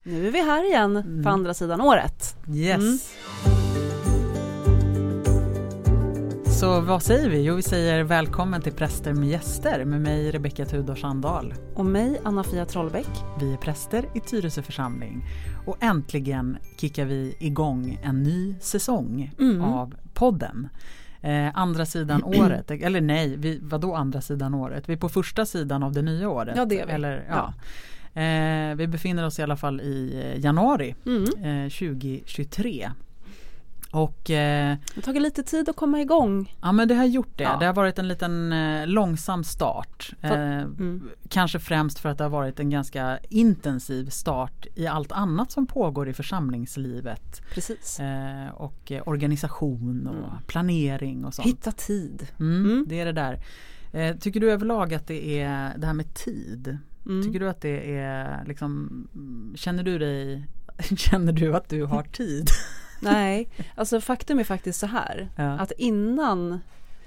Nu är vi här igen på andra sidan året. Yes. Så vad säger vi? Jo, vi säger välkommen till Präster med gäster med mig Rebecka Tudor Sandahl. Och mig Anna-Fia Trollbäck. Vi är präster i Tyresö församling och äntligen kickar vi igång en ny säsong av podden. Andra sidan året, eller nej, vadå andra sidan året? Vi är på första sidan av det nya året. Ja, det är vi. Eller, ja. Vi befinner oss i alla fall i januari 2023. Och det har tagit lite tid att komma igång. Ja, men det har gjort det. Ja. Det har varit en liten långsam start. Kanske främst för att det har varit en ganska intensiv start i allt annat som pågår i församlingslivet. Precis. Och organisation och planering och sånt. Hitta tid. Det är det där. Tycker du överlag att det är det här med tid? Tycker du att det är liksom, känner du att du har tid? Nej, alltså faktum är faktiskt så här att innan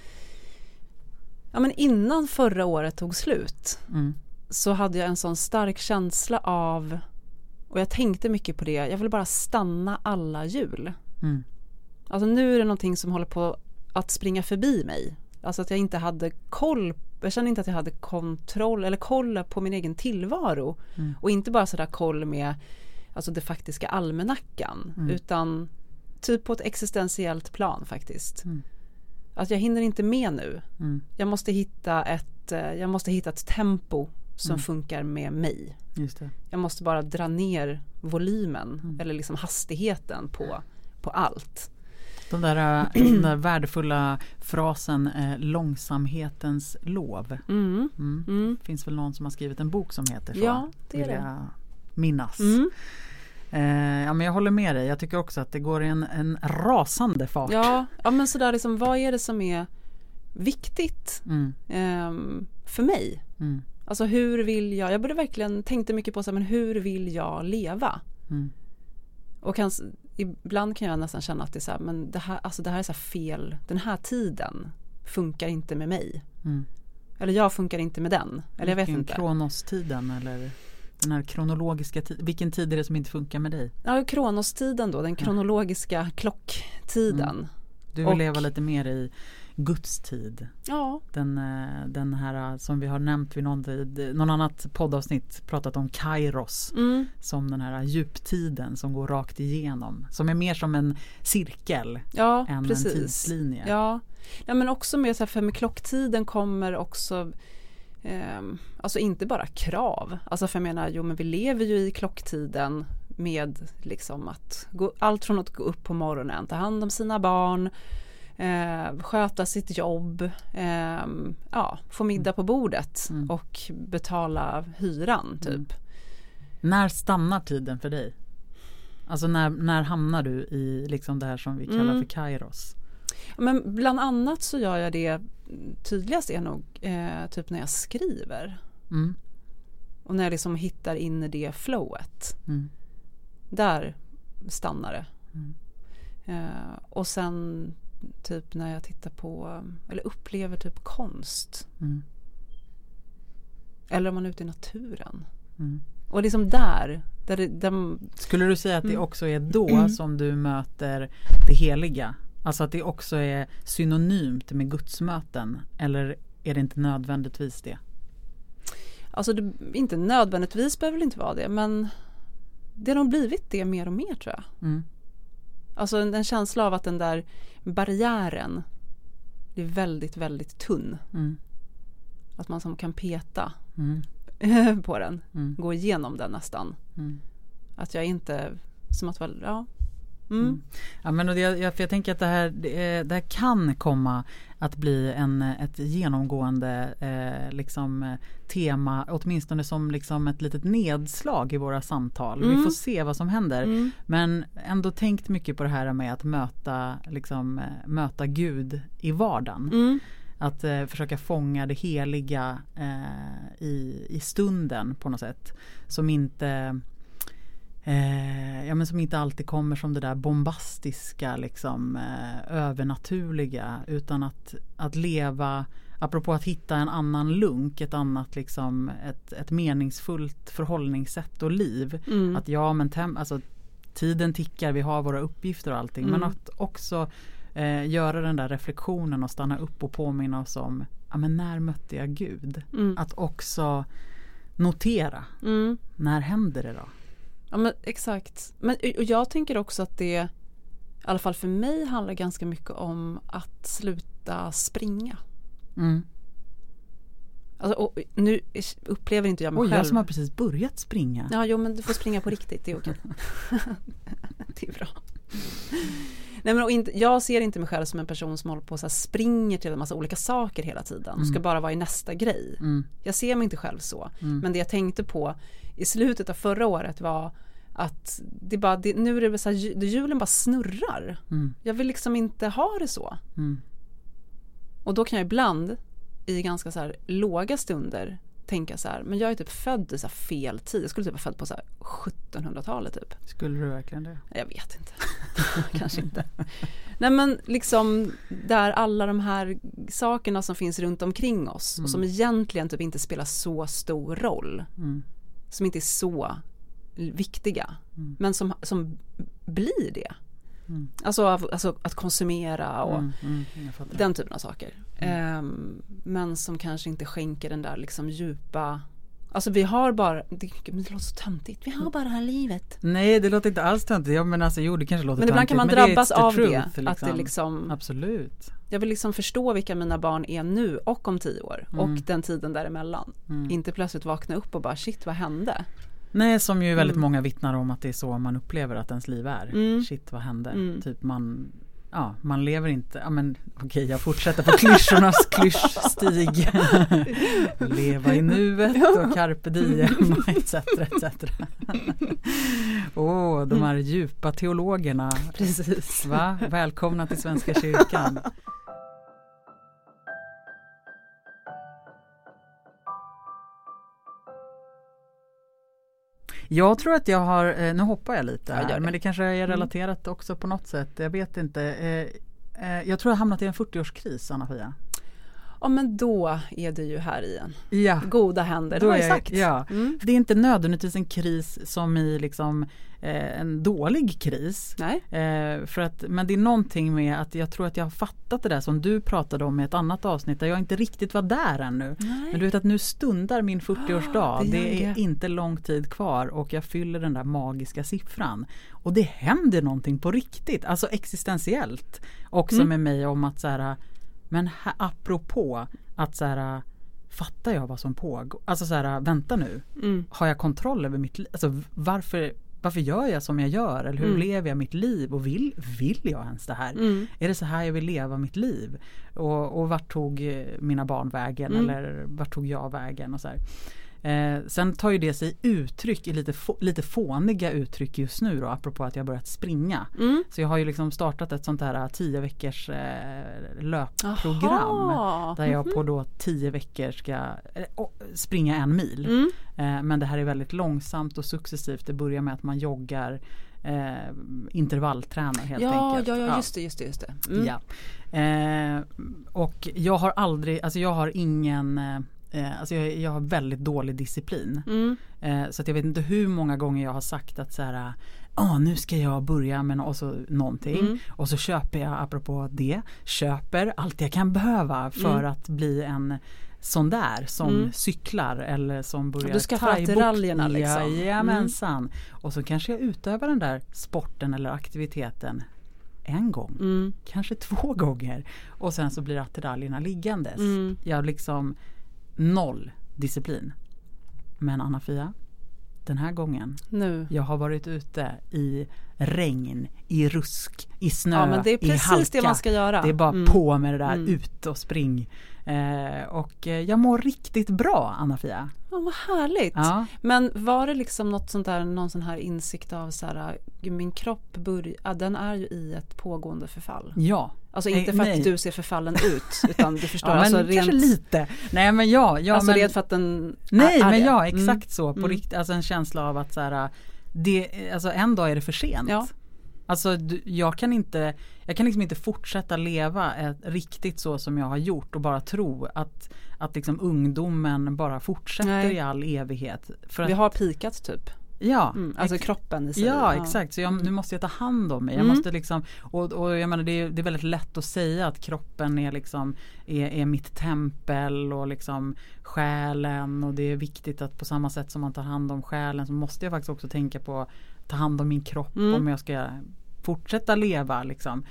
förra året tog slut så hade jag en sån stark känsla av, och jag tänkte mycket på det, jag vill bara stanna alla jul. Alltså nu är det någonting som håller på att springa förbi mig. Alltså att jag inte hade jag kände inte att jag hade kontroll eller koll på min egen tillvaro. Och inte bara sådär koll med alltså det faktiska almanackan utan typ på ett existentiellt plan faktiskt. Att jag hinner inte med nu. Jag måste hitta ett tempo som funkar med mig. Just det. Jag måste bara dra ner volymen eller liksom hastigheten på allt. Den där värdefulla frasen långsamhetens lov. Finns väl någon som har skrivit en bok som heter så? Ja, det är det. Jag minnas. Ja, men jag håller med dig. Jag tycker också att det går i en rasande fart. Ja, men sådär liksom, vad är det som är viktigt för mig? Alltså hur vill jag borde verkligen tänkte mycket på så här, men hur vill jag leva? Och ibland kan jag nästan känna att det är så här, men det här är så här fel. Den här tiden funkar inte med mig. Eller jag funkar inte med den. Eller jag vet inte. Kronostiden eller den här kronologiska tiden. Vilken tid är det som inte funkar med dig? Ja, kronostiden då. Den kronologiska klocktiden. Du vill leva lite mer i Guds tid. Ja. Den här som vi har nämnt vid någon annat poddavsnitt pratat om Kairos som den här djuptiden som går rakt igenom. Som är mer som en cirkel än en tidslinje. Ja, men också med, så här, för med klocktiden kommer också alltså inte bara krav. Alltså för jag menar, men vi lever ju i klocktiden med liksom allt från att gå upp på morgonen, ta hand om sina barn, sköta sitt jobb, få middag på bordet och betala hyran typ. När stannar tiden för dig? Alltså när hamnar du i liksom det här som vi kallar för Kairos? Men bland annat så gör jag det, tydligast är nog typ när jag skriver. Och när jag liksom hittar in i det flowet. Där stannar det. Och sen typ när jag tittar på eller upplever typ konst. Eller om man är ute i naturen. Och liksom där skulle du säga att det också är då som du möter det heliga? Alltså att det också är synonymt med gudsmöten, eller är det inte nödvändigtvis det? Alltså inte nödvändigtvis behöver det inte vara det, men det har nog blivit det mer och mer tror jag. Alltså en känsla av att den där barriären är väldigt, väldigt tunn. Att man som kan peta på den, gå igenom den nästan. Att jag inte, som att väl, Ja, men jag tänker att det här kan komma att bli ett genomgående liksom, tema, åtminstone som liksom ett litet nedslag i våra samtal. Vi får se vad som händer. Men ändå tänkt mycket på det här med att möta Gud i vardagen. Att försöka fånga det heliga i stunden på något sätt. Som inte som inte alltid kommer som det där bombastiska liksom, övernaturliga, utan att apropå att hitta en annan lunk, ett annat liksom ett meningsfullt förhållningssätt och liv. Att alltså tiden tickar, vi har våra uppgifter och allting. Men att också göra den där reflektionen och stanna upp och påminna oss om, men när mötte jag Gud? Att också notera, när händer det då? Ja, men exakt. Och jag tänker också att det, i alla fall för mig, handlar ganska mycket om att sluta springa. Alltså, och nu upplever inte jag mig själv. Jag som har precis börjat springa. Ja, jo, men du får springa på riktigt, det är okej. Det är bra. Nej, men jag ser inte mig själv som en person som håller på så här, springer till en massa olika saker hela tiden och ska bara vara i nästa grej. Jag ser mig inte själv så. Men det jag tänkte på i slutet av förra året var att nu är det så här, hjulen bara snurrar. Jag vill liksom inte ha det så. Och då kan jag ibland i ganska så här låga stunder tänka så här, men jag är typ född i så här fel tid. Jag skulle typ vara född på så här 1700-talet typ. Skulle du verkligen det? Jag vet inte. Kanske inte. Nej, men liksom där alla de här sakerna som finns runt omkring oss och som egentligen typ inte spelar så stor roll. Som inte är så viktiga. Men som blir det. Alltså att konsumera och den typen av saker. Men som kanske inte skänker den där liksom djupa. Alltså vi har bara, det låter så töntigt. Vi har bara det här livet. Nej, det låter inte alls töntigt. Ja, men alltså, det kanske låter men ibland töntigt, kan man drabbas av truth, det. Liksom. Att det liksom, absolut. Jag vill liksom förstå vilka mina barn är nu och om 10 år. Och den tiden däremellan. Inte plötsligt vakna upp och bara, shit, vad hände? Nej, som ju väldigt många vittnar om att det är så man upplever att ens liv är. Shit, vad hände? Typ man lever inte. Ja, men okej, jag fortsätter på klyschornas klyschstig. Leva i nuet och carpe diem, etc. De här djupa teologerna. Precis. Va? Välkomna till Svenska kyrkan. Jag tror att jag har, nu hoppar jag lite här, men det kanske är relaterat också på något sätt. Jag vet inte. Jag tror jag har hamnat i en 40-årskris, Anna-Fia. Ja, men då är det ju här igen. Ja. Goda händer, det har jag sagt. Ja. För det är inte nödvändigtvis en kris som i liksom, en dålig kris. Nej. Men det är någonting med att jag tror att jag har fattat det där som du pratade om i ett annat avsnitt där jag inte riktigt var där ännu. Nej. Men du vet att nu stundar min 40-årsdag. Det är inte lång tid kvar och jag fyller den där magiska siffran. Och det händer någonting på riktigt, alltså existentiellt också med mig om att så här. Men apropå att så här, fattar jag vad som pågår? Alltså så här, vänta nu. Har jag kontroll över mitt liv? Alltså varför gör jag som jag gör? Eller hur lever jag mitt liv? Och vill jag ens det här? Är det så här jag vill leva mitt liv? Och vart tog mina barn vägen? Eller vart tog jag vägen? Och så här. Sen tar ju det sig uttryck i lite fåniga uttryck just nu då, apropå att jag börjat springa. Så jag har ju liksom startat ett sånt här 10 veckors löpprogram där jag på då 10 veckor ska springa 1 mil. Men det här är väldigt långsamt och successivt. Det börjar med att man joggar, intervalltränar helt enkelt. Ja, just det. Ja. Och jag har aldrig, alltså jag har ingen alltså jag har väldigt dålig disciplin. Så att jag vet inte hur många gånger jag har sagt att så här, nu ska jag börja med någonting. Och så köper jag, apropå det, allt jag kan behöva för att bli en sån där som cyklar eller som börjar du ska fatta raljerna liksom. Jajamensan. Och så kanske jag utövar den där sporten eller aktiviteten 1 gång, kanske 2 gånger. Och sen så blir attiraljerna liggandes. Jag liksom 0 disciplin. Men Anna-Fia, den här gången jag har varit ute i regn, i rusk, i snö, men det är precis i halka. Det man ska göra. Det är bara på med det där, ut och spring. Och jag mår riktigt bra, Anna-Fia. Vad härligt. Ja. Men var det liksom någon sån här insikt av så här, min kropp den är ju i ett pågående förfall. Ja. Alltså inte för att du ser förfallen ut, utan du förstår. Men alltså kanske lite. Nej, men alltså red för att den nej, är men det. Exakt så. På riktigt, alltså en känsla av att så här, alltså en dag är det för sent. Ja. Alltså jag kan liksom inte fortsätta leva riktigt så som jag har gjort och bara tro att liksom ungdomen bara fortsätter i all evighet. Vi har pikat typ. Ja, alltså kroppen i sig. Ja, exakt. Så nu måste jag ta hand om mig. Jag måste liksom, och jag menar det är väldigt lätt att säga att kroppen är liksom är mitt tempel och liksom själen, och det är viktigt att på samma sätt som man tar hand om själen så måste jag faktiskt också tänka på att ta hand om min kropp om jag ska fortsätta leva liksom.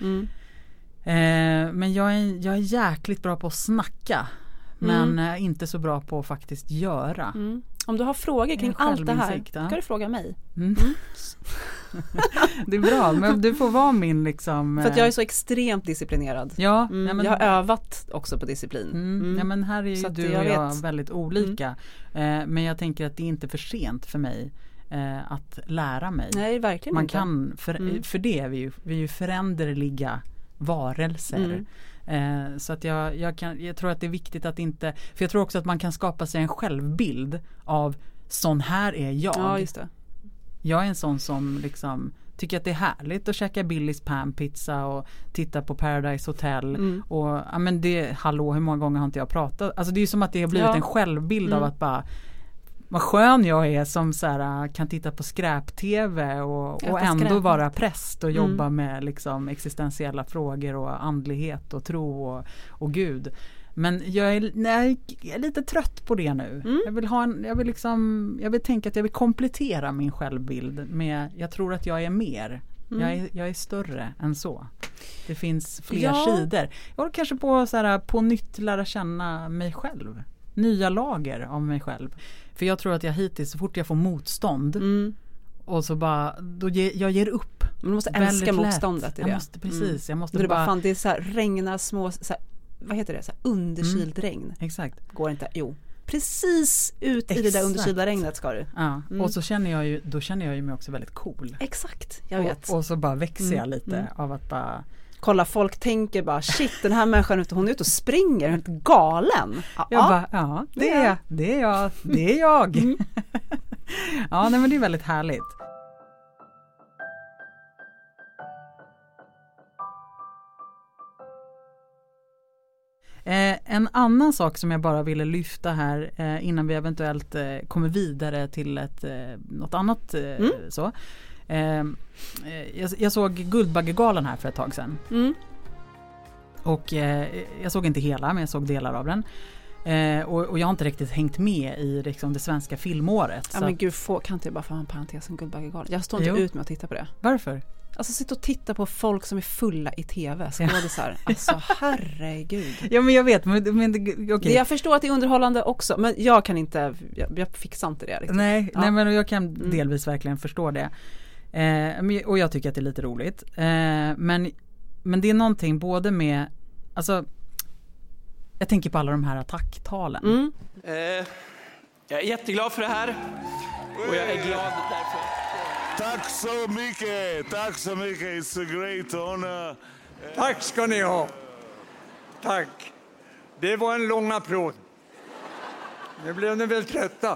Men jag är jäkligt bra på att snacka, men inte så bra på att faktiskt göra. Om du har frågor kring allt det här ska du fråga mig. Det är bra, men du får vara min liksom... För att jag är så extremt disciplinerad. Ja, men jag har övat också på disciplin. Ja, men här är ju du och jag väldigt olika. Men jag tänker att det är inte för sent för mig att lära mig. Nej, verkligen man inte. Kan, för det är vi är ju föränderliga varelser. Så att jag tror att det är viktigt att inte, för jag tror också att man kan skapa sig en självbild av sån här är jag. Ja, just det. Jag är en sån som liksom tycker att det är härligt att käka Billys panpizza och titta på Paradise Hotel och ja, men hur många gånger har inte jag pratat, alltså det är ju som att det har blivit en självbild av att bara vad skön jag är som så här, kan titta på skräp-tv och ändå vara präst och jobba med liksom existentiella frågor och andlighet och tro och Gud. Men jag är lite trött på det nu. Jag vill tänka att jag vill komplettera min självbild med, jag tror att jag är mer. Jag är större än så. Det finns fler sidor. Jag vill kanske på nytt lära känna mig själv. Nya lager av mig själv. För jag tror att jag hittills, så fort jag får motstånd och så bara, jag ger upp. Men du måste älska motståndet i det. Jag måste det bara... det är så här, regna små, så här, vad heter det? Så här, underkyld regn. Exakt. Går inte, precis ut i det där underkylda regnet ska du. Ja, och så känner jag ju mig också väldigt cool. Exakt, jag vet. Och så bara växer jag lite av att bara... Kolla, folk tänker bara, shit, den här människan, hon är ute och springer, hon är helt galen. Det är jag. Ja, nej, men det är väldigt härligt. En annan sak som jag bara ville lyfta här innan vi eventuellt kommer vidare till något annat så. Jag såg Guldbaggegalan här för ett tag sedan. Och jag såg inte hela, men jag såg delar av den. Och jag har inte riktigt hängt med i liksom det svenska filmåret. Ja, men gud, kan inte jag bara få en parentes om Guldbaggegalan? Jag står inte ut med att titta på det. Varför? Alltså sitta och titta på folk som är fulla i tv. Skådisar. Alltså herregud. Ja, men jag vet. Men okay. Jag förstår att det är underhållande också. Men jag kan inte, jag fixar inte det riktigt. Nej, men jag kan delvis verkligen förstå det. Och jag tycker att det är lite roligt. Men det är någonting både med, alltså jag tänker på alla de här attacktalen. Jag är jätteglad för det här. Och jag är glad därför. Tack så mycket. It's a great honor. Tack ska ni ha. Tack. Det var en lång applåd. Nu blev ni väl trötta.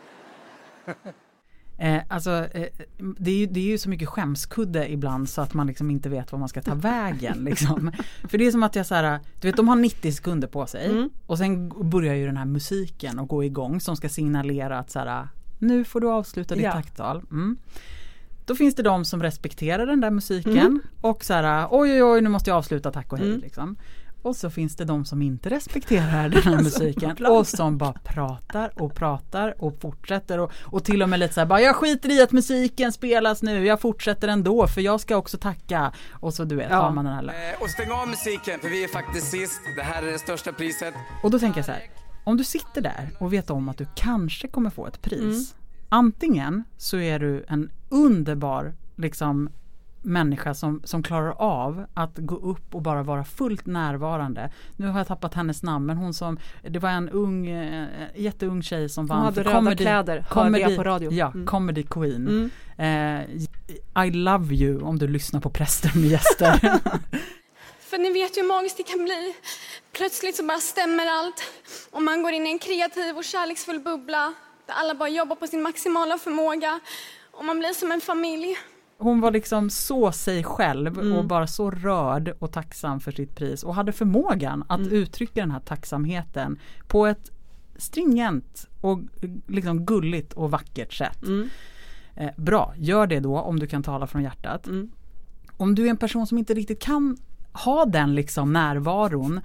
Det är ju så mycket skämskudde ibland så att man liksom inte vet vad man ska ta vägen liksom. För det är som att jag så här, du vet, de har 90 sekunder på sig och sen börjar ju den här musiken att gå igång som ska signalera att så här, nu får du avsluta ditt tacktal. Då finns det de som respekterar den där musiken och så här, oj, nu måste jag avsluta, tack och hej liksom. Och så finns det de som inte respekterar den här musiken och som bara pratar och fortsätter och till och med lite så här, bara, jag skiter i att musiken spelas nu, jag fortsätter ändå för jag ska också tacka. Och så du vet, har man den här. Och stäng av musiken för vi är faktiskt sist, det här är det största priset. Och då tänker jag så här, om du sitter där och vet om att du kanske kommer få ett pris, antingen så är du en underbar liksom människa som klarar av att gå upp och bara vara fullt närvarande. Nu har jag tappat hennes namn, men det var en jätteung tjej som vann. Hon hade röda kläder, hörde jag på radio. Ja, Comedy Queen. I love you om du lyssnar på Präster med gäster. För ni vet ju hur magiskt det kan bli. Plötsligt så bara stämmer allt. Och man går in i en kreativ och kärleksfull bubbla där alla bara jobbar på sin maximala förmåga. Och man blir som en familj. hon var liksom så sig själv och bara så rörd och tacksam för sitt pris och hade förmågan att uttrycka den här tacksamheten på ett stringent och liksom gulligt och vackert sätt. Bra, gör det då om du kan tala från hjärtat. Om du är en person som inte riktigt kan ha den liksom närvaron,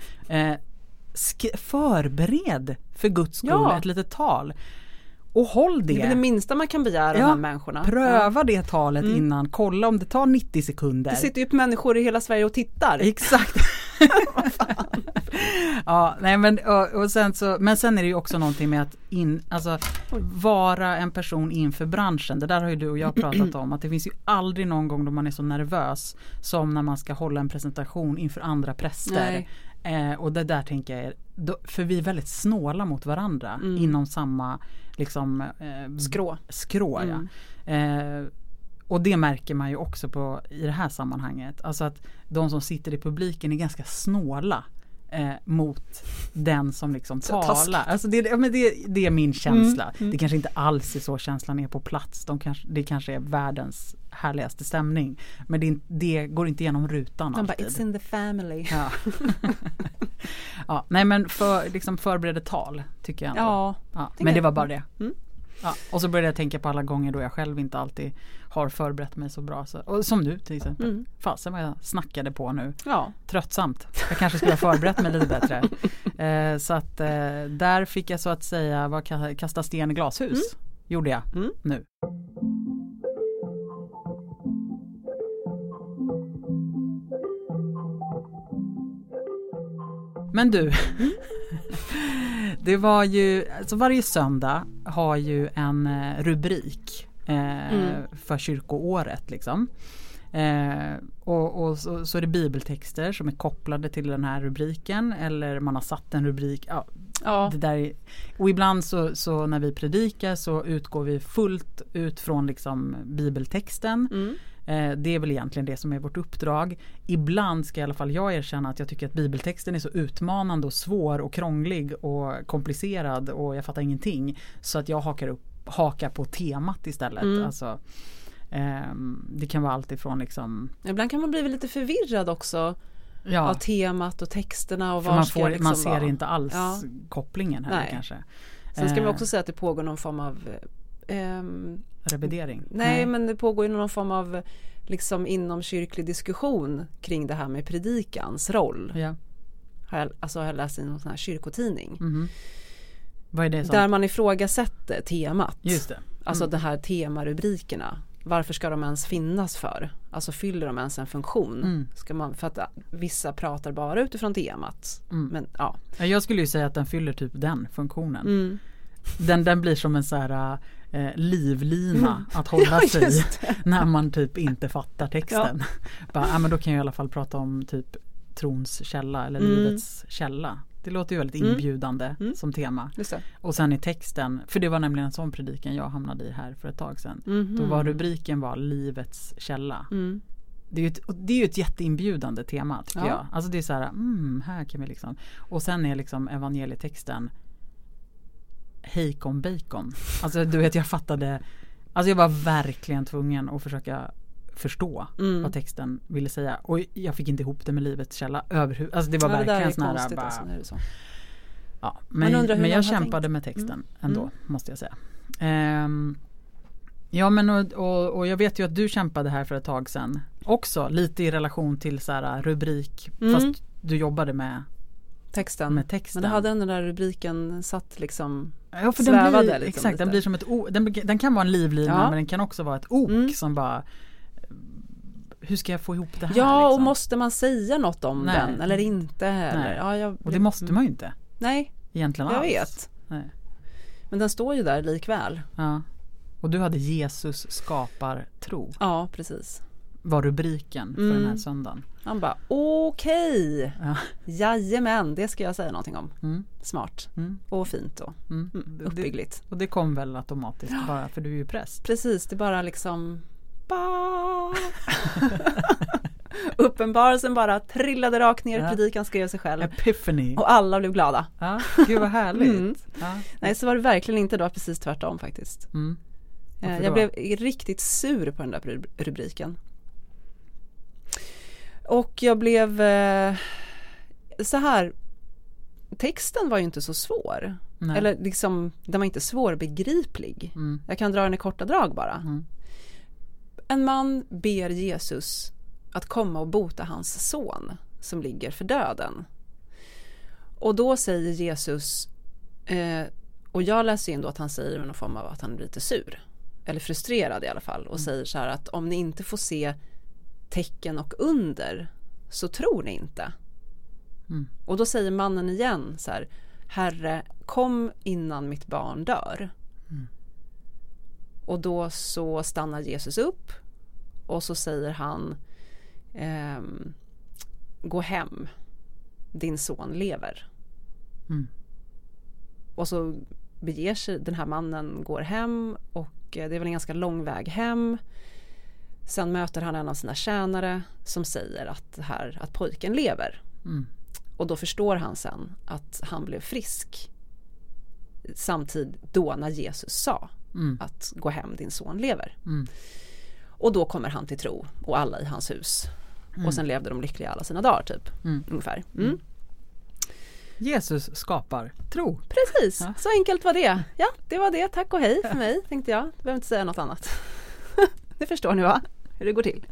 förbered för Guds skull ett litet tal. Och håll det. Det är det minsta man kan begära de här människorna. Pröva det talet innan. Kolla om det tar 90 sekunder. Det sitter ju människor i hela Sverige och tittar. Exakt. Ja, nej men och sen så, men sen är det ju också någonting med att vara en person inför branschen. Det där har ju du och jag pratat om, att det finns ju aldrig någon gång då man är så nervös som när man ska hålla en presentation inför andra präster. Och det där tänker jag för vi är väldigt snåla mot varandra inom samma liksom skrå och det märker man ju också i det här sammanhanget. Alltså att de som sitter i publiken är ganska snåla mot den som liksom talar. Alltså det är min känsla. Det kanske inte alls är så känslan är på plats. Det kanske är världens härligaste stämning. Men det går inte igenom rutan alltid. It's in the family. Ja. Ja, nej men förberedda tal tycker jag ändå. Ja, men det var bara det. Ja, och så började jag tänka på alla gånger då jag själv inte alltid har förberett mig så bra. Och som nu till exempel. Fasen vad jag snackade på nu. Ja. Tröttsamt. Jag kanske skulle ha förberett mig lite bättre. Så att där fick jag så att säga kasta sten i glashus. Gjorde jag nu. Men du, det var ju, alltså varje söndag har ju en rubrik för kyrkoåret liksom. Och så är det bibeltexter som är kopplade till den här rubriken, eller man har satt en rubrik. Det där och ibland så när vi predikar så utgår vi fullt ut från liksom bibeltexten. Det är väl egentligen det som är vårt uppdrag. Ibland ska i alla fall jag erkänna att jag tycker att bibeltexten är så utmanande och svår och krånglig och komplicerad och jag fattar ingenting. Så att jag hakar på temat istället. Alltså, det kan vara allt ifrån liksom... Ibland kan man bli lite förvirrad också av temat och texterna. Och man ser inte alls kopplingen här kanske. Sen ska vi också säga att det pågår någon form av... revidering. Nej, men det pågår ju någon form av liksom inomkyrklig diskussion kring det här med predikans roll. Ja. Har jag läst i någon sån här kyrkotidning. Vad är det som? Där man ifrågasätter temat. Just det. Alltså de här temarubrikerna. Varför ska de ens finnas för? Alltså fyller de ens en funktion? För att vissa pratar bara utifrån temat. Men jag skulle ju säga att den fyller typ den funktionen. Den blir som en så här livlina att hålla sig i när man typ inte fattar texten. Men då kan jag i alla fall prata om typ trons källa eller livets källa. Det låter ju väldigt inbjudande som tema. Och sen i texten, för det var nämligen en sån predikan jag hamnade i här för ett tag sedan. Då var rubriken livets källa. Det är ju ett jätteinbjudande tema tycker jag. Alltså det är så här, här kan vi liksom. Och sen är liksom evangelietexten Hejkon bacon. Alltså du vet, jag fattade, alltså jag var verkligen tvungen att försöka förstå vad texten ville säga, och jag fick inte ihop det med livets källa överhuvud. Alltså det var verkligen sån här bara, alltså, när det så. Ja, men jag kämpade med texten ändå, måste jag säga. Ja, men och jag vet ju att du kämpade här för ett tag sedan också, lite i relation till så här rubrik, fast du jobbade med texten. Men det hade den där rubriken satt liksom för svävade den blir, liksom exakt, lite. Den blir som ett den kan vara en livlina, men den kan också vara ett ok som bara, hur ska jag få ihop det här? Ja, liksom? Och måste man säga något om den eller inte? Eller? Och det måste man ju inte. Nej, egentligen jag alls. Vet. Nej. Men den står ju där likväl. Ja. Och du hade Jesus skapar tro. Ja, precis. Var rubriken för den här söndagen. Han bara, okej. Jajamän, det ska jag säga någonting om. Smart. Och fint och uppbyggligt. Och det kom väl automatiskt bara för du är ju präst. Precis, det bara liksom uppenbarelsen bara trillade rakt ner, predikan skrev sig själv. Epiphany. Och alla blev glada. Ja, gud vad härligt. Nej, så var det verkligen inte, då precis tvärtom faktiskt. Jag blev riktigt sur på den där rubriken. Och jag blev så här, texten var ju inte så svår. Nej. Eller liksom, den var inte svårbegriplig. Jag kan dra den i korta drag bara. En man ber Jesus att komma och bota hans son som ligger för döden. Och då säger Jesus, och jag läser in då att han säger någon form av att han är lite sur. Eller frustrerad i alla fall. Och säger så här att om ni inte får se tecken och under så tror ni inte. Och då säger mannen igen så här: Herre, kom innan mitt barn dör. Och då så stannar Jesus upp och så säger han, gå hem, din son lever. Och så beger sig den här mannen, går hem, och det är väl en ganska lång väg hem. Sen möter han en av sina tjänare som säger att pojken lever. Och då förstår han sen att han blev frisk samtidigt då när Jesus sa att gå hem, din son lever. Och då kommer han till tro och alla i hans hus. Och sen levde de lyckliga alla sina dagar typ. Ungefär. Jesus skapar tro. Precis, så enkelt var det. Ja, det var det. Tack och hej för mig, tänkte jag. Jag behöver inte säga något annat. Det förstår ni, va? Hur det går till.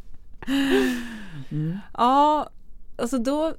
Ja, alltså då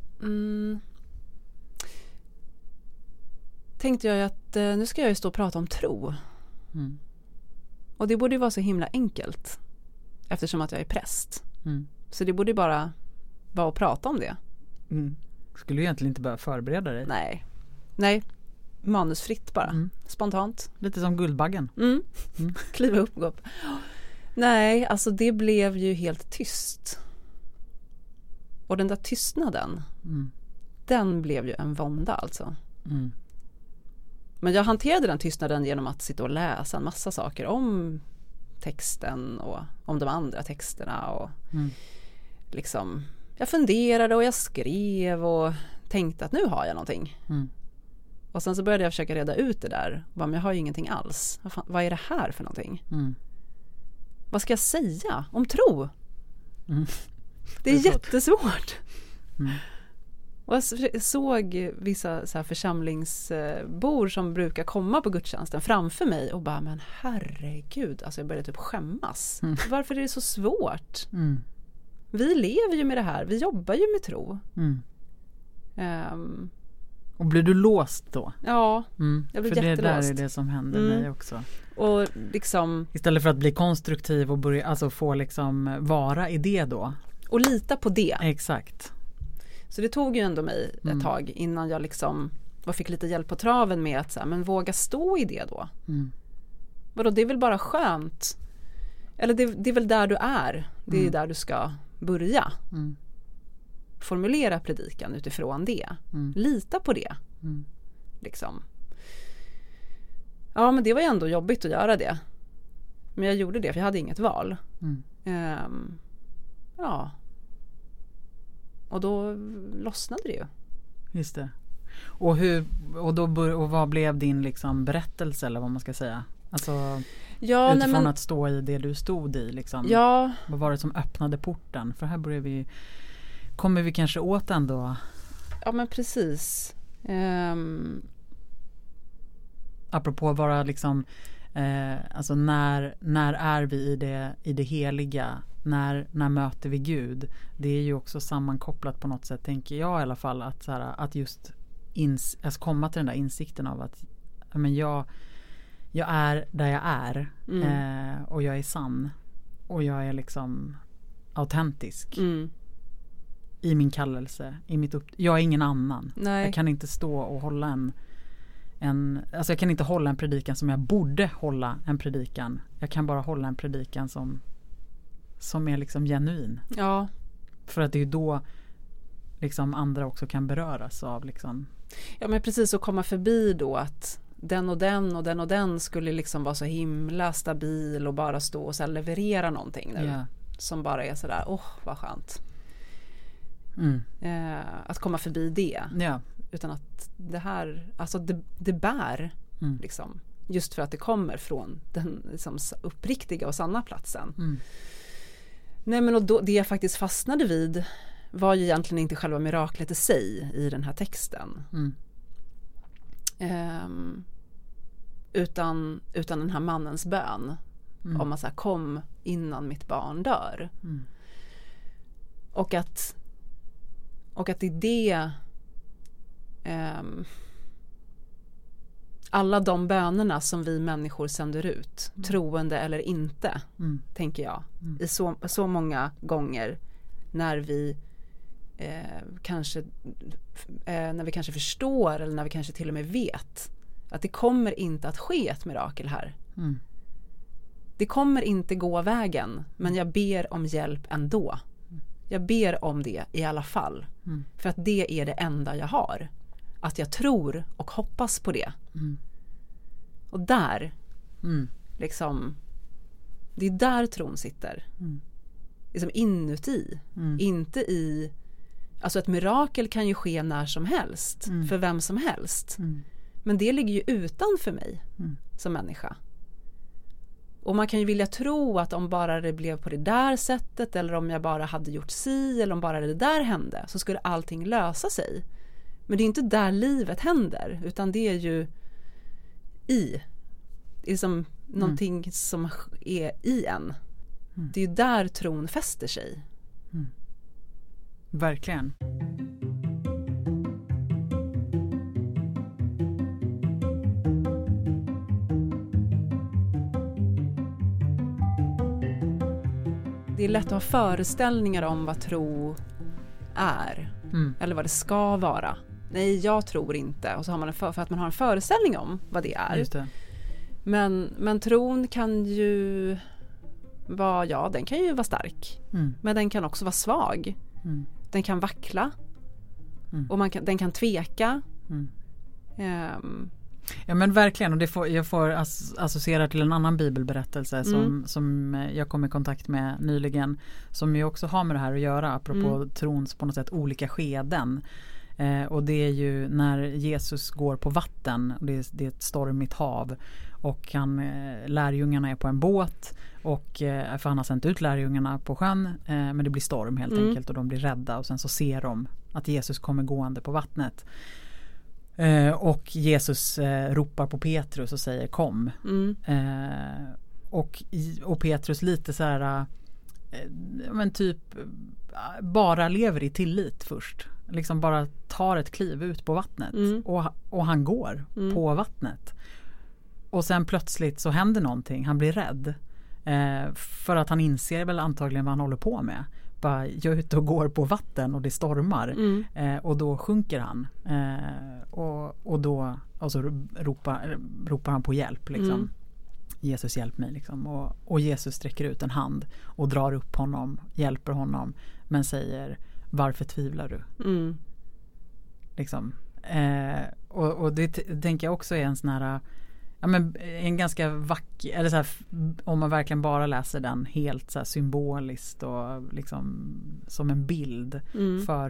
tänkte jag att nu ska jag ju stå och prata om tro. Och det borde ju vara så himla enkelt eftersom att jag är präst. Så det borde ju bara vara att prata om det. Skulle ju egentligen inte behöva förbereda dig. Nej, manusfritt bara. Spontant. Lite som Guldbaggen. Kliva upp, gå upp. Nej, alltså det blev ju helt tyst. Och den där tystnaden, den blev ju en vånda alltså. Men jag hanterade den tystnaden genom att sitta och läsa en massa saker om texten och om de andra texterna. Och liksom, jag funderade och jag skrev och tänkte att nu har jag någonting. Och sen så började jag försöka reda ut det där. Men jag har ju ingenting alls. Vad är det här för någonting? Vad ska jag säga om tro? Det är jättesvårt. Och jag såg vissa så här församlingsbor som brukar komma på gudstjänsten framför mig och bara, men herregud, alltså jag började typ skämmas. Varför är det så svårt? Vi lever ju med det här, vi jobbar ju med tro. Och blir du låst då? Ja, jag blir jättelåst. För det där är det som händer mig också. Och liksom, istället för att bli konstruktiv och börja, alltså få liksom vara i det då. Och lita på det. Exakt. Så det tog ju ändå mig ett tag innan jag liksom fick lite hjälp på traven med att så här, men våga stå i det då. Vadå, det är väl bara skönt. Eller det är väl där du är. Det är där du ska börja. Formulera predikan utifrån det. Lita på det. Liksom. Ja, men det var ju ändå jobbigt att göra det. Men jag gjorde det för jag hade inget val. Ja. Och då lossnade det ju. Just det. Och vad blev din liksom berättelse eller vad man ska säga? Alltså utifrån att stå i det du stod i liksom. Ja. Vad var det som öppnade porten? För här kommer vi kanske åt ändå. Ja, men precis. Apropå att vara liksom alltså när är vi i det heliga? När möter vi Gud? Det är ju också sammankopplat på något sätt, tänker jag i alla fall, att, så här, att just alltså komma till den där insikten av att men jag är där jag är och jag är sann och jag är liksom autentisk i min kallelse, i mitt jag är ingen annan. Nej. Jag kan inte stå och hålla alltså jag kan inte hålla en predikan som jag borde hålla en predikan. Jag kan bara hålla en predikan som är liksom genuin. Ja. För att det är då liksom andra också kan beröras av liksom. Ja, men precis, att komma förbi då att den och den och den och den skulle liksom vara så himla stabil och bara stå och så här leverera någonting nu. Som bara är sådär, vad skönt. Att komma förbi det. Utan att det här, alltså det bär liksom Just för att det kommer från den liksom uppriktiga och sanna platsen. Nej, men och då, det jag faktiskt fastnade vid var ju egentligen inte själva miraklet i sig i den här texten. Utan den här mannens bön om att så här, kom innan mitt barn dör. Och att i det alla de bönerna som vi människor sänder ut, troende eller inte, tänker jag, i så många gånger när vi kanske förstår eller när vi kanske till och med vet att det kommer inte att ske ett mirakel här. Det kommer inte gå vägen, men jag ber om hjälp ändå. Jag ber om det i alla fall. För att det är det enda jag har. Att jag tror och hoppas på det. Och där liksom, det är där tron sitter. Liksom inuti. Inte i, alltså ett mirakel kan ju ske när som helst. För vem som helst. Men det ligger ju utanför mig som människa. Och man kan ju vilja tro att om bara det blev på det där sättet, eller om jag bara hade gjort si, eller om bara det där hände, så skulle allting lösa sig. Men det är inte där livet händer, utan det är ju det är som någonting som är i en. Det är ju där tron fäster sig. Verkligen. Det är lätt att ha föreställningar om vad tro är. Eller vad det ska vara. Nej, jag tror inte. Och så har man för att man har en föreställning om vad det är. Just det. Men tron kan ju vara, den kan ju vara stark. Men den kan också vara svag. Den kan vackla. Och den kan tveka. Ja, men verkligen, och jag får associera till en annan bibelberättelse som jag kom i kontakt med nyligen, som ju också har med det här att göra, apropå trons på något sätt olika skeden. Och det är ju när Jesus går på vatten, och det är ett stormigt hav, och lärjungarna är på en båt, och för han har sänt ut lärjungarna på sjön, men det blir storm helt enkelt, och de blir rädda, och sen så ser de att Jesus kommer gående på vattnet. Och Jesus ropar på Petrus och säger kom. Och Petrus lite så här men typ bara lever i tillit först. Liksom bara tar ett kliv ut på vattnet. Och han går på vattnet. Och sen plötsligt så händer någonting. Han blir rädd. För att han inser väl antagligen vad han håller på med. Bara, jag är ute och går på vatten och det stormar. Och då sjunker han. Och så ropar han på hjälp. Liksom. Jesus, hjälp mig. Liksom. Och Jesus sträcker ut en hand och drar upp honom, hjälper honom, men säger, varför tvivlar du? Liksom. Och det tänker jag också är en sån här, ja, men en ganska vacker, eller så här, om man verkligen bara läser den helt så här symboliskt och liksom som en bild för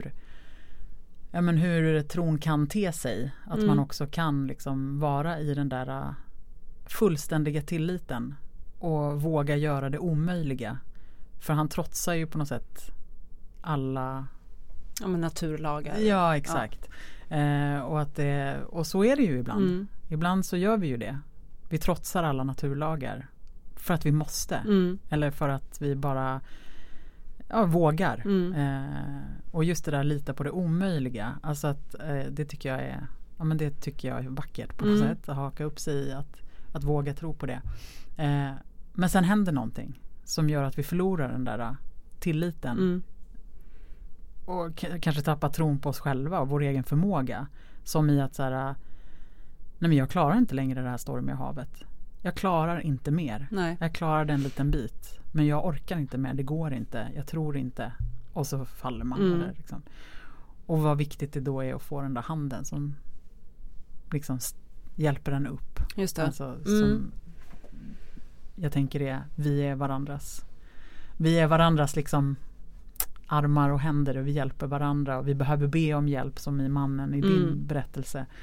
hur tron kan te sig, att man också kan liksom vara i den där fullständiga tilliten och våga göra det omöjliga, för han trotsar ju på något sätt alla naturlagar. Ja, exakt. Och så är det ju ibland. Ibland så gör vi ju det. Vi trotsar alla naturlagar för att vi måste. Eller för att vi bara vågar. Och just det där lita på det omöjliga. Alltså att det tycker jag är vackert på något sätt. Att haka upp sig i att våga tro på det. Men sen händer någonting som gör att vi förlorar den där tilliten. Och kanske tappar tron på oss själva och vår egen förmåga. Som i att så här, nej men jag klarar inte längre det här stormiga havet. Jag klarar inte mer. Nej. Jag klarar en liten bit. Men jag orkar inte mer, det går inte. Jag tror inte. Och så faller man där liksom. Och vad viktigt det då är att få den där handen som liksom hjälper den upp. Just det. Alltså, som jag tänker vi är varandras liksom armar och händer, och vi hjälper varandra, och vi behöver be om hjälp, som i mannen i din berättelse.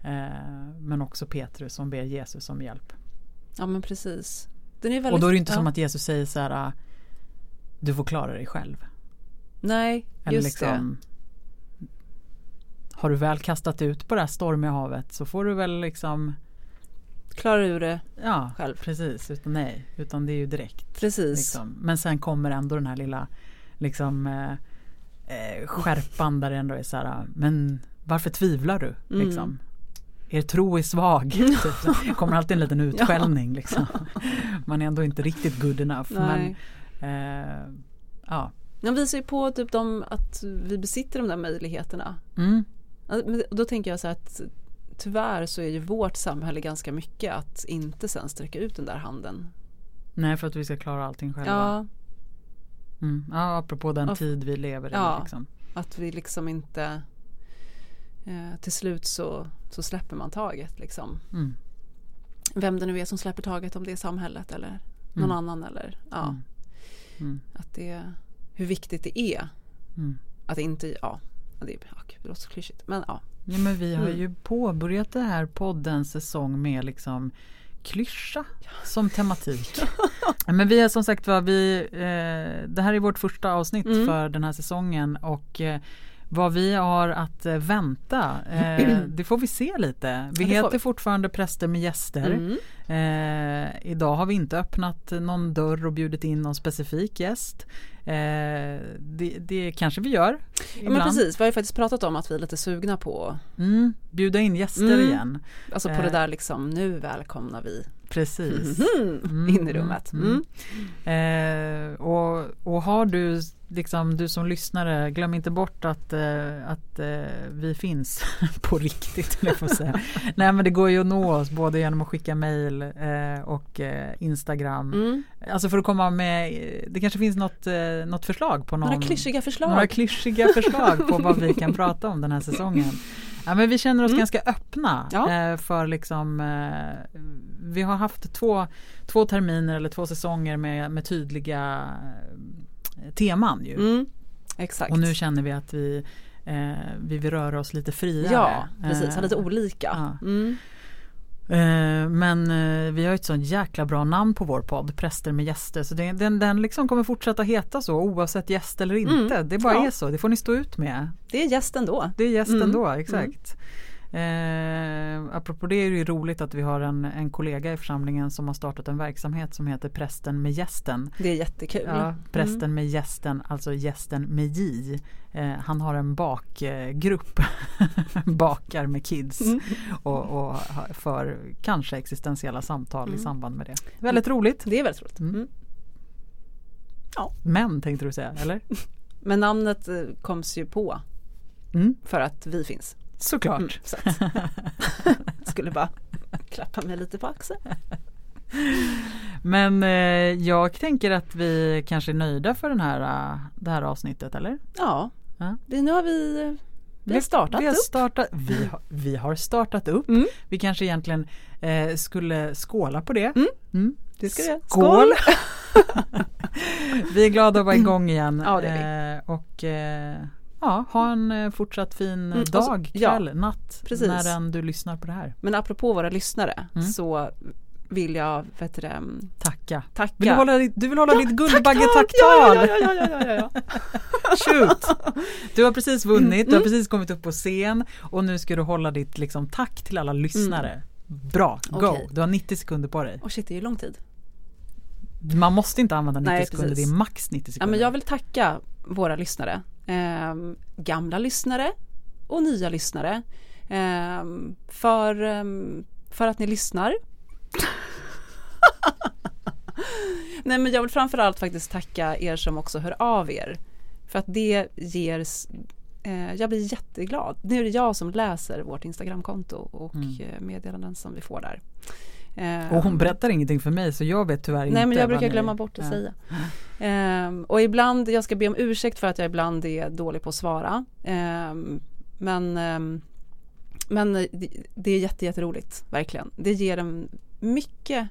Men också Petrus som ber Jesus om hjälp. Ja, men precis. Den är väldigt, och då är det inte som att Jesus säger så här: du får klara dig själv. Nej, eller just liksom, har du väl kastat ut på det här stormiga havet så får du väl liksom klara ur det själv. Precis, utan det är ju direkt. Precis. Liksom. Men sen kommer ändå den här lilla liksom, skärpan där det ändå är så här: men varför tvivlar du? Liksom? Er tro är svag. Det kommer alltid en liten utskällning. Liksom. Man är ändå inte riktigt good enough. Nej. Men Den visar ju på typ att vi besitter de där möjligheterna. Då tänker jag så här att tyvärr så är ju vårt samhälle ganska mycket att inte sen sträcka ut den där handen. Nej, för att vi ska klara allting själva. Ja, apropå den tid vi lever i. Ja, liksom. Att vi liksom inte till slut så släpper man taget liksom. Vem det nu är som släpper taget, om det är samhället eller någon annan eller att det är hur viktigt det är att inte det låter så klyschigt, men Ja, men vi har ju påbörjat det här poddens säsong med liksom klyscha som tematik. Men vi är som sagt det här är vårt första avsnitt för den här säsongen, och vad vi har att vänta, det får vi se lite. Vi heter fortfarande Präster med gäster. Idag har vi inte öppnat någon dörr och bjudit in någon specifik gäst. Det kanske vi gör ibland. Men precis, vi har ju faktiskt pratat om att vi är lite sugna på bjuda in gäster igen. Alltså på det där liksom, nu välkomnar vi. Precis. In i rummet. Och har du liksom, du som lyssnare, glöm inte bort att vi finns på riktigt, jag får säga. Nej, men det går ju att nå oss både genom att skicka mejl och Instagram. Alltså för att komma med, det kanske finns något förslag på några klyschiga förslag på vad vi kan prata om den här säsongen. Ja, men vi känner oss ganska öppna för liksom, vi har haft två terminer eller 2 säsonger med tydliga teman ju. Exakt. Och nu känner vi att vi vill röra oss lite friare. Ja, precis, lite olika. Men vi har ett sånt jäkla bra namn på vår podd, Präster med gäster, så den liksom kommer fortsätta heta så oavsett gäst eller inte. Det bara är så, det får ni stå ut med. Det är gästen då. Det är gästen då, exakt. Apropå det är det ju roligt att vi har en kollega i församlingen som har startat en verksamhet som heter Prästen med gästen. Det är jättekul. Ja, Prästen med gästen, alltså gästen med J. Han har en bakgrupp, bakar med kids och för kanske existentiella samtal i samband med det. Väldigt roligt. Det är väldigt roligt. Ja. Men tänkte du säga, eller? Men namnet koms ju på för att vi finns. Såklart. Så att skulle bara klappa mig lite på axeln. Men jag tänker att vi kanske är nöjda för det här avsnittet, eller? Ja. Nu har vi har startat upp. Vi har startat upp. Vi kanske egentligen skulle skåla på det. Det ska vi. Skål! Vi är glada att vara igång igen. Ja, det är vi. Och ha en fortsatt fin dag, kväll, natt, precis. när du lyssnar på det här. Men apropå våra lyssnare så vill jag tacka. Du vill hålla ditt Guldbagge-tacktal. Ja. Shoot. Du har precis vunnit, du har precis kommit upp på scen och nu ska du hålla ditt liksom, tack till alla lyssnare. Bra, go. Okay. Du har 90 sekunder på dig. Shit, det är ju lång tid. Man måste inte använda 90 sekunder, precis. det är max 90 sekunder. Ja, men jag vill tacka våra lyssnare. Gamla lyssnare och nya lyssnare. För att ni lyssnar. Nej, men jag vill framförallt faktiskt tacka er som också hör av er. För att det ger... jag blir jätteglad. Nu är det jag som läser vårt Instagramkonto och meddelanden som vi får där. Och hon berättar ingenting för mig så jag vet tyvärr inte. Nej, men jag brukar glömma bort att säga. Och ibland, jag ska be om ursäkt för att jag ibland är dålig på att svara. Men det är jätteroligt, verkligen. Det ger en mycket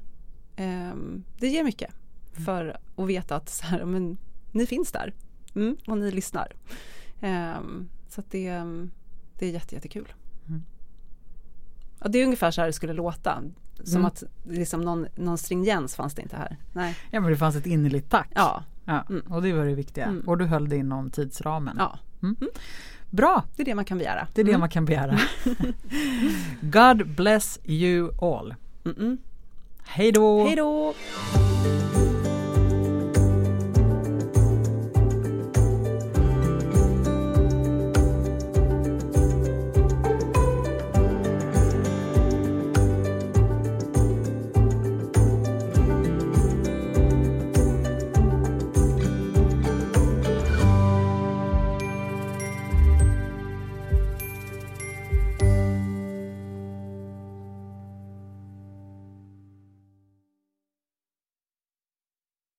för att veta att så här, men, ni finns där och ni lyssnar. Så att det är jättekul. Ja, det är ungefär så här det skulle låta. Som att liksom någon stringens fanns det inte här. Nej. Ja, men det fanns ett innerligt tack. Ja. Och det var det viktiga. Och du höll det inom tidsramen. Ja. Bra. Det är det man kan begära. Det är det man kan begära. God bless you all. Hej då! Hej då!